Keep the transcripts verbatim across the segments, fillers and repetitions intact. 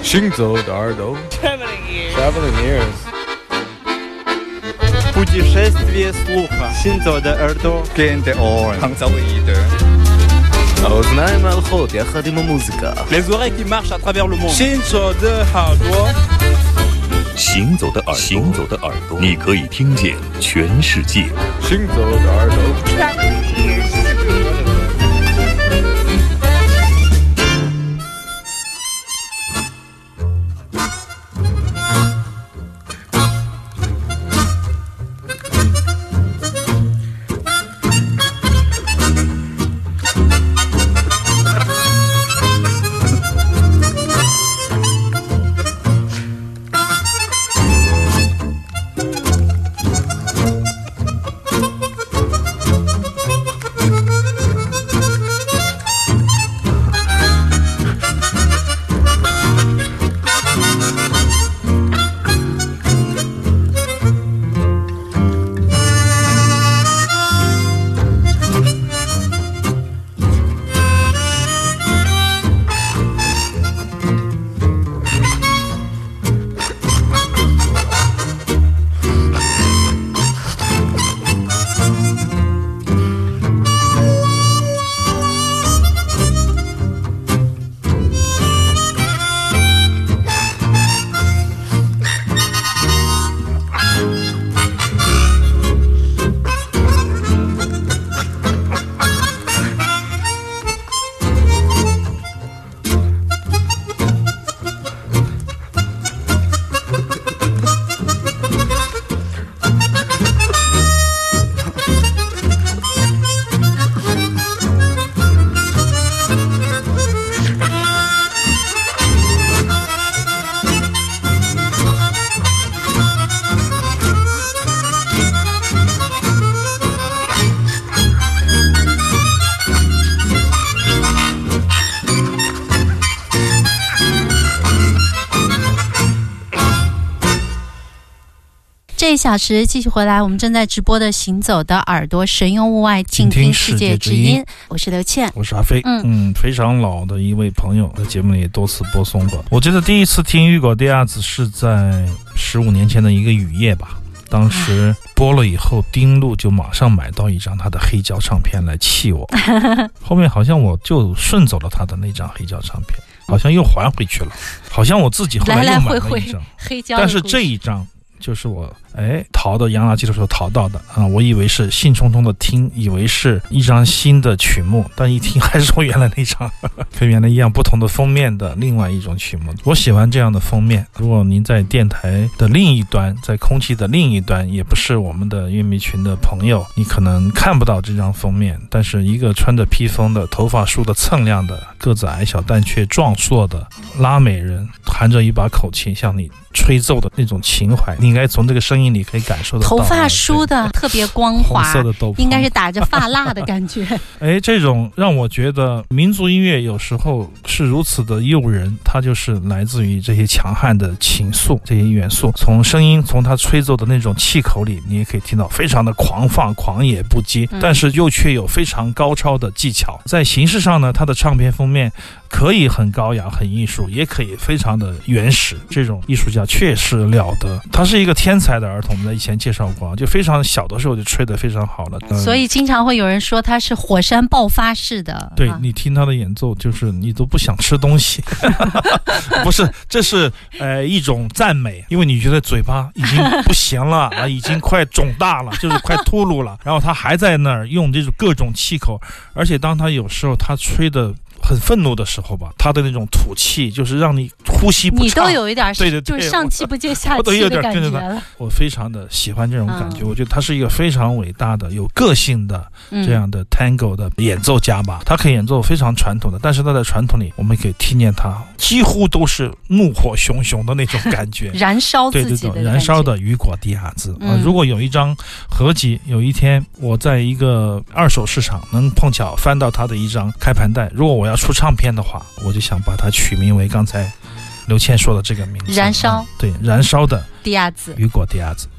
行走的耳朵 Traveling ears. Traveling ears Путешествие слуха. Синзо де Эрдо. Gente on. Hangzauide. האוזניים הלכות יחד עם המוזיקה. Les oreilles qui marchent à travers le monde. Shinzo de Hardware. 行走的耳朵，行走的耳朵，你可以听见全世界。 行走的耳朵 Traveling ears. 这一小时继续回来，我们正在直播的行走的耳朵，神游物外，静听世界之音。我是刘倩， 我是阿飞。嗯嗯，非常老的一位朋友，在节目里也多次播送过。我记得第一次听雨果迪亚子是在十五年前的一个雨夜吧。当时播了以后，丁路就马上买到一张他的黑胶唱片来气我，后面好像我就顺走了他的那张黑胶唱片，好像又还回去了，好像我自己后来又买了一张， 来来回回黑胶， 但是这一张就是我哎淘的洋垃圾的时候淘到的啊，我以为是兴冲冲的听，以为是一张新的曲目，但一听还是我原来那张跟原来一样不同的封面的另外一种曲目。我喜欢这样的封面。如果您在电台的另一端，在空气的另一端，也不是我们的乐迷群的朋友，你可能看不到这张封面，但是一个穿着披风的，头发梳得锃亮的，个子矮小但却壮硕的拉美人，含着一把口琴向你吹奏的那种情怀，你应该从这个声音里可以感受得到。 头发梳的特别光滑， 红色的豆腐应该是打着发蜡的感觉。 哎，这种让我觉得民族音乐有时候是如此的诱人，它就是来自于这些强悍的情愫，这些元素。从声音，从他吹奏的那种气口里，你也可以听到非常的狂放、狂野不羁，但是又却有非常高超的技巧。在形式上呢，他的唱片封面可以很高雅、很艺术，也可以非常的原始。这种艺术家确实了得，他是一个天才的儿童，我们在以前介绍过，就非常小的时候就吹得非常好了、呃、 所以经常会有人说他是火山爆发式的。 对、啊、你听他的演奏就是你都不想吃东西不是，这是呃一种赞美，因为你觉得嘴巴已经不行了啊，已经快肿大了，就是快秃噜了，然后他还在那儿用这种各种气口，而且当他有时候他吹的很愤怒的时候吧，他的那种吐气就是让你呼吸不畅， 你都有一点对对对， 就是上气不接下气的感觉了。 我非常的喜欢这种感觉、嗯、我觉得他是一个非常伟大的有个性的这样的 Tango 的演奏家吧、嗯、他可以演奏非常传统的，但是他在传统里我们可以听见他几乎都是怒火熊熊的那种感觉燃烧自己的对对对，燃烧的雨果迪亚兹、 嗯啊、如果有一张合集，有一天我在一个二手市场能碰巧翻到他的一张开盘带，如果我要出唱片的话，我就想把它取名为刚才刘倩说的这个名字， 燃烧、 啊、对，燃烧的迪亚兹， 雨果迪亚兹。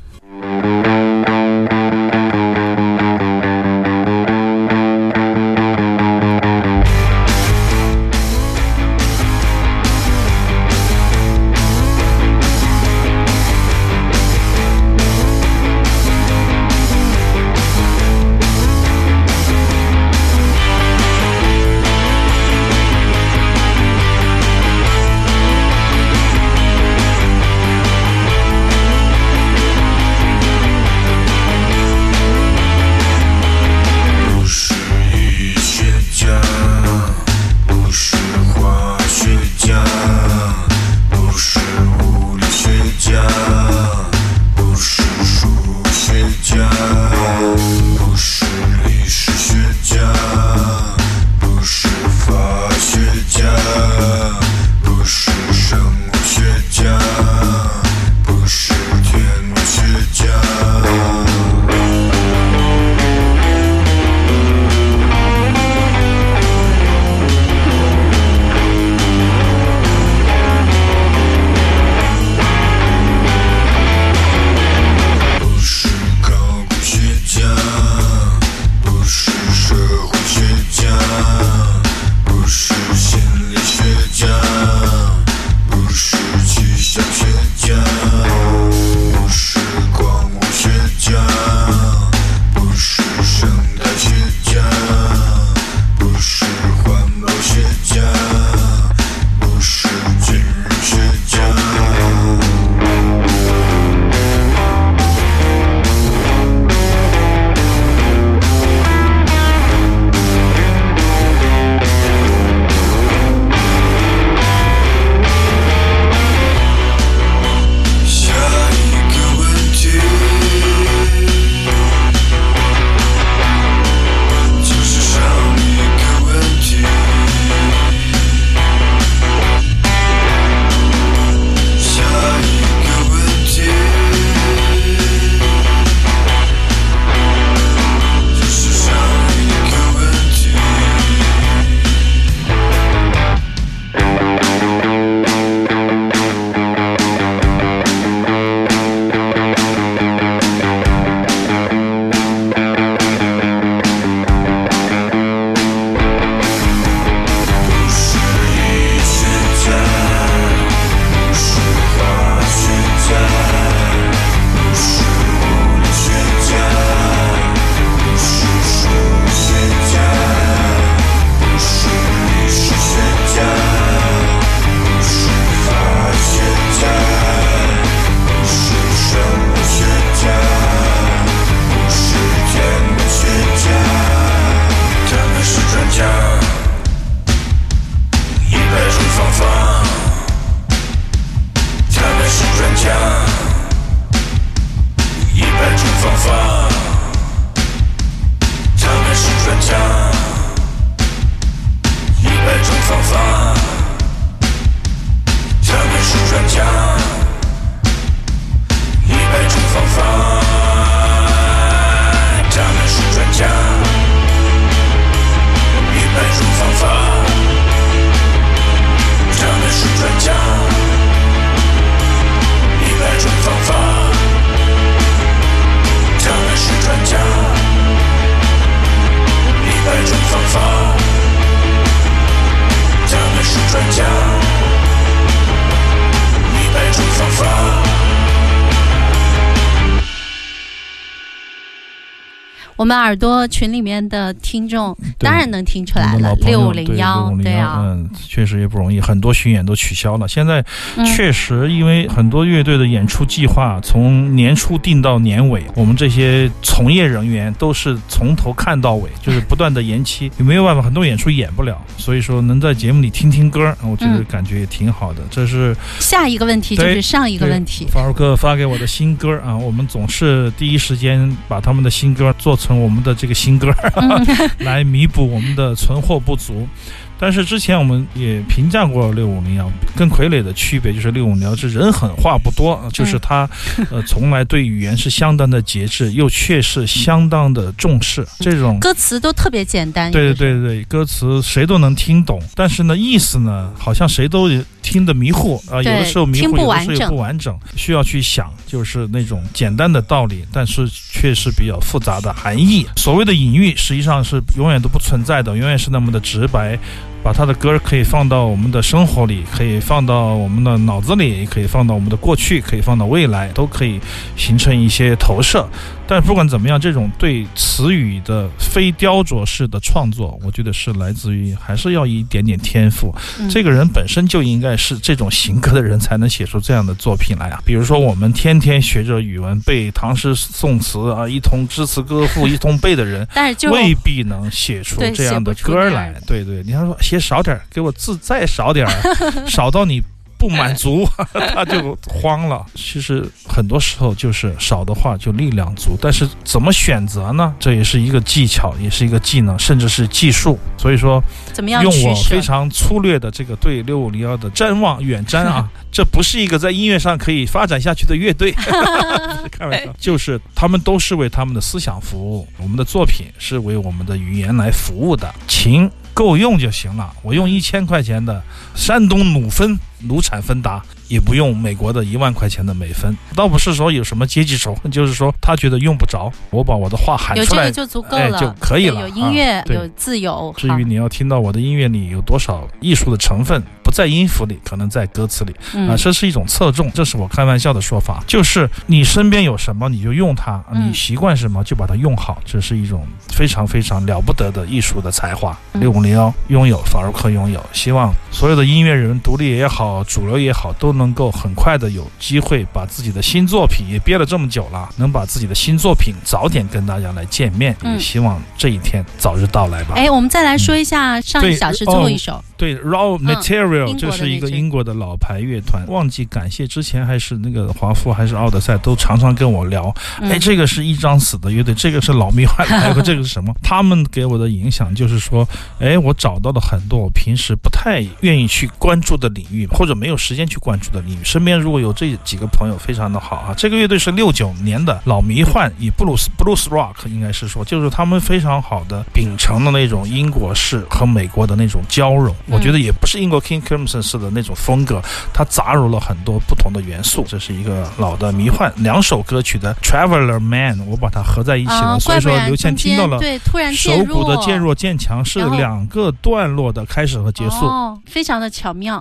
我们耳朵群里面的听众当然能听出来了，六五零幺，对啊， 嗯，确实也不容易，很多巡演都取消了。现在确实因为很多乐队的演出计划从年初定到年尾，我们这些从业人员都是从头看到尾，就是不断的延期，也没有办法，很多演出演不了，所以说能在节目里听听歌，我觉得感觉也挺好的。嗯、这是下一个问题，就是上一个问题。 法如哥发给我的新歌啊，我们总是第一时间把他们的新歌做成我们的这个新歌，嗯、来弥补我们的存货不足。但是之前我们也评价过六五零幺，跟傀儡的区别就是六五零幺是人狠话不多，就是他呃从来对语言是相当的节制，又却是相当的重视，这种歌词都特别简单。 对对对对，歌词谁都能听懂，但是呢意思呢好像谁都听得迷糊啊、呃，有的时候迷糊，有的时候也不完整，需要去想，就是那种简单的道理，但是却是比较复杂的含义。所谓的隐喻实际上是永远都不存在的，永远是那么的直白。把他的歌可以放到我们的生活里，可以放到我们的脑子里，可以放到我们的过去，可以放到未来，都可以形成一些投射。但不管怎么样，这种对词语的非雕琢式的创作，我觉得是来自于还是要一点点天赋、嗯、这个人本身就应该是这种性格的人才能写出这样的作品来啊。比如说我们天天学着语文背唐诗宋词啊，一通诗词歌赋一通背的人， 但是就未必能写出这样的歌来。对对，你还说写少点，给我字再少点，少到你不满足他就慌了。其实很多时候就是少的话就力量足，但是怎么选择呢？这也是一个技巧，也是一个技能，甚至是技术。所以说怎么样用我非常粗略的这个对六五零幺的瞻望远瞻啊这不是一个在音乐上可以发展下去的乐队开玩笑，就是他们都是为他们的思想服务，我们的作品是为我们的语言来服务的，琴够用就行了。我用一千块钱的山东弩分弩产芬达，也不用美国的一万块钱的美分。倒不是说有什么阶级仇恨，就是说他觉得用不着，我把我的话喊出来， 有这个就足够了、 哎、就可以了。 有音乐、 啊、 有自由。 至于你要听到我的音乐里有多少艺术的成分，不在音符里，可能在歌词里、嗯、啊，这是一种侧重，这是我开玩笑的说法，就是你身边有什么你就用它，你习惯什么就把它用好，这是一种非常非常了不得的艺术的才华。六五零幺拥有，法如克拥有，希望所有的音乐人，独立也好，主流也好，都能够很快的有机会把自己的新作品，也憋了这么久了，能把自己的新作品早点跟大家来见面、嗯、也希望这一天早日到来吧。 哎，我们再来说一下上一小时最后一首、 嗯、对, 对 Raw Material、嗯、这是一个英国的老牌乐团，忘记感谢之前还是那个华夫还是奥德赛都常常跟我聊、嗯、哎，这个是一张死的乐队，这个是老迷幻，还有个这个是什么他们给我的影响就是说，哎，我找到了很多我平时不太愿意去关注的领域，或者没有时间去关注的领域。身边如果有这几个朋友非常的好啊。这个乐队是六九年的老迷幻，以布鲁斯 blues rock 应该是说，就是他们非常好的秉承的那种英国式和美国的那种交融、嗯、我觉得也不是英国 King Crimson 式的那种风格，它杂入了很多不同的元素。这是一个老的迷幻，两首歌曲的 Traveler Man 我把它合在一起了、啊、所以说刘倩听到了对突然手鼓的渐弱渐强是两个段落的开始和结束、 哦、非常的巧妙。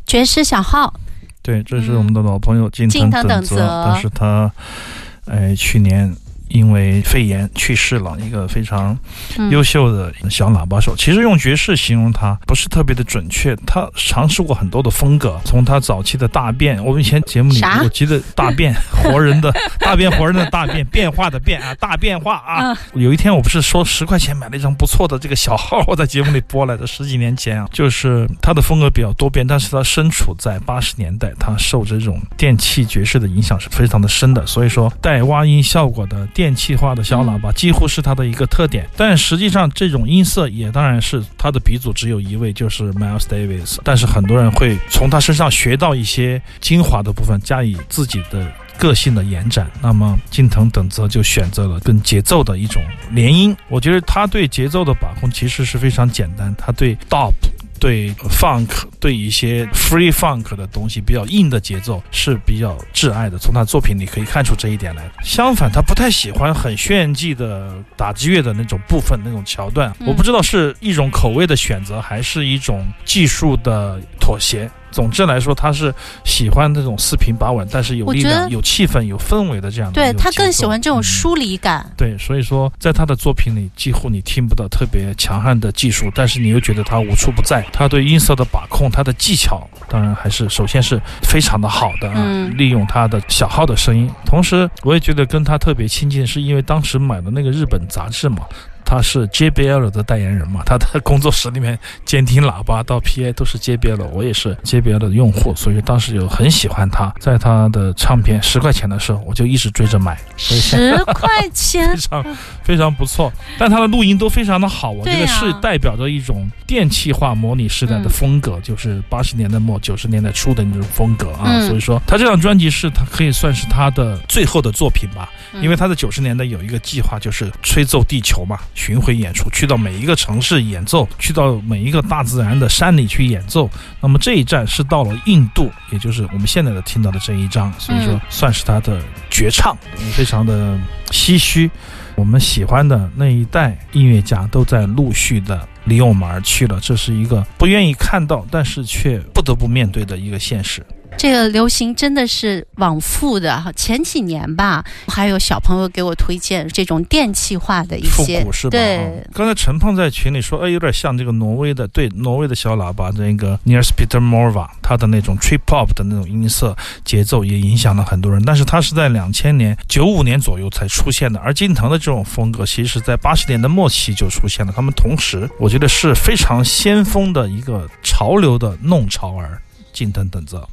爵士小号。 对，这是我们的老朋友近藤等泽， 嗯、 但是他，呃，去年因为肺炎去世了，一个非常优秀的小喇叭手。嗯、其实用爵士形容他不是特别的准确，他尝试过很多的风格，从他早期的大便，我们以前节目里我记得大便活人的大便活人的大便变化的变啊，大变化啊。嗯、有一天我不是说十块钱买了一张不错的这个小号，我在节目里播来的，十几年前啊，就是他的风格比较多变，但是他身处在八十年代，他受这种电器爵士的影响是非常的深的，所以说带挖音效果的电气化的小喇叭几乎是它的一个特点，但实际上这种音色也当然是它的鼻祖只有一位，就是 Miles Davis， 但是很多人会从他身上学到一些精华的部分，加以自己的个性的延展。那么近藤等泽就选择了跟节奏的一种联音，我觉得他对节奏的把控其实是非常简单，他对 dub对 funk 对一些 free funk 的东西比较硬的节奏是比较挚爱的，从他作品里可以看出这一点来。相反他不太喜欢很炫技的打击乐的那种部分那种桥段，我不知道是一种口味的选择还是一种技术的妥协。总之来说他是喜欢那种四平八稳但是有力量有气氛有氛围的这样的， 对，他更喜欢这种疏离感、嗯、 对，所以说在他的作品里几乎你听不到特别强悍的技术，但是你又觉得他无处不在，他对音色的把控他的技巧当然还是首先是非常的好的、啊嗯、利用他的小号的声音。同时我也觉得跟他特别亲近是因为当时买了那个日本杂志嘛，他是 J B L 的代言人嘛，他的工作室里面监听喇叭到 P A 都是 J B L， 我也是 J B L 的用户，所以当时就很喜欢他。在他的唱片十块钱的时候，我就一直追着买。 十块钱， 非常非常不错。但他的录音都非常的好，我觉得是代表着一种电气化模拟时代的风格，嗯、就是八十年代末九十年代初的那种风格啊。嗯、所以说，他这张专辑是他可以算是他的最后的作品吧，嗯、因为他的九十年代有一个计划，就是吹奏地球嘛。巡回演出，去到每一个城市演奏，去到每一个大自然的山里去演奏。那么这一站是到了印度，也就是我们现在的听到的这一张，所以说算是他的绝唱，非常的唏嘘。我们喜欢的那一代音乐家都在陆续的离我们而去了，这是一个不愿意看到，但是却不得不面对的一个现实。 这个流行真的是往复的，前几年吧，还有小朋友给我推荐这种电气化的一些复古是吧？ 对， 哦、刚才陈胖在群里说，哎，有点像这个挪威的，对，挪威的小喇叭，这个 Nils Petter Morva， 他的那种 trip hop 的那种音色节奏也影响了很多人，但是他是在两千年九五年左右才出现的，而近藤的这种风格其实是在八十年的末期就出现了，他们同时我觉得是非常先锋的一个潮流的弄潮儿，近藤等泽。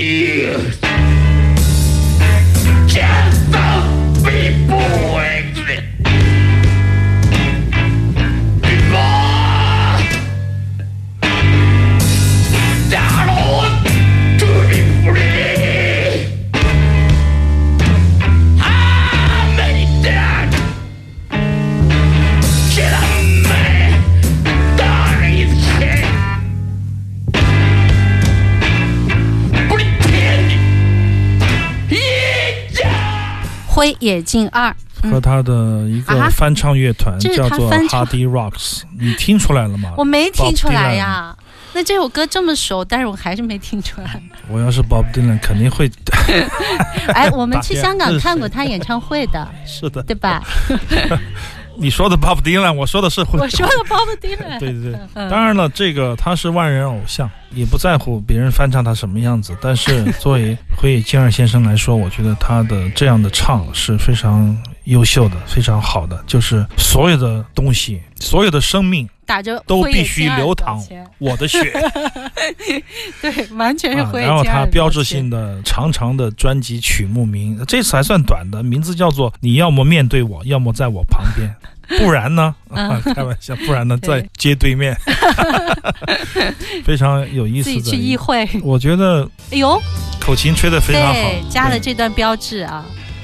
灰野径二和他的一个翻唱乐团、 嗯啊、 叫做 Hardy Rocks， 你听出来了吗？ 我没听出来呀。那这首歌这么熟，但是我还是没听出来。 我要是 Bob Dylan 肯定会哎，我们去香港看过他演唱会的是的， 对吧？ 你说的 Bob Dylan， 我说的是我说的 Bob Dylan。 对对对，当然了，这个他是万人偶像，也不在乎别人翻唱他什么样子。但是作为灰野静二先生来说，我觉得他的这样的唱是非常优秀的，非常好的，就是所有的东西，所有的生命打着都必须流淌我的血。 对，完全是灰野静二、 啊。然后他标志性的长长的专辑曲目名，这次还算短的，名字叫做你要么面对我，要么在我旁边。不然呢、啊、开玩笑，不然呢在街对面。非常有意思的， 自己去议会。 我觉得哎呦， 口琴吹得非常好， 对，加了这段标志啊，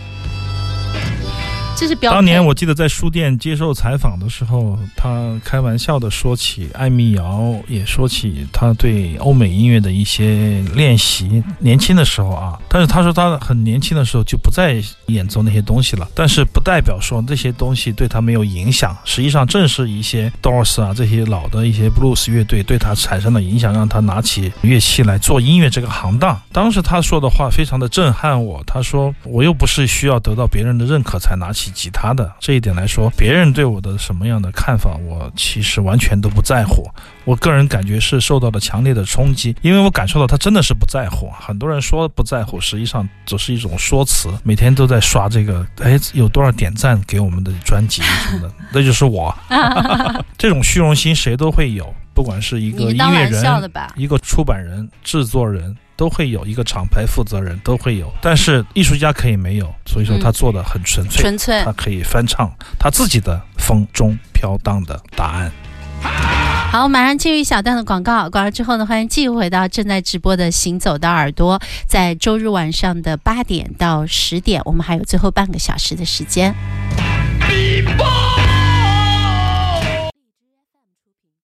这是标配。 当年我记得在书店接受采访的时候，他开玩笑的说起艾米瑶，也说起他对欧美音乐的一些练习，年轻的时候啊，但是他说他很年轻的时候就不再演奏那些东西了，但是不代表说这些东西对他没有影响，实际上正是一些 Doors 啊这些老的一些 Blues 乐队对他产生了影响，让他拿起乐器来做音乐这个行当。当时他说的话非常的震撼我，他说我又不是需要得到别人的认可才拿起吉他的，这一点来说，别人对我的什么样的看法我其实完全都不在乎。我个人感觉是受到了强烈的冲击，因为我感受到他真的是不在乎。很多人说不在乎，实际上只是一种说辞，每天都在刷这个，哎，有多少点赞给我们的专辑什么的，那就是我。这种虚荣心谁都会有，不管是一个音乐人、一个出版人、制作人，都会有，一个厂牌负责人都会有，但是艺术家可以没有，所以说他做的很纯粹， 嗯、纯粹， 他可以翻唱他自己的风中飘荡的答案。 好，马上进入一小段的广告，广告之后呢，欢迎继续回到正在直播的行走的耳朵，在周日晚上的八点到十点，我们还有最后半个小时的时间。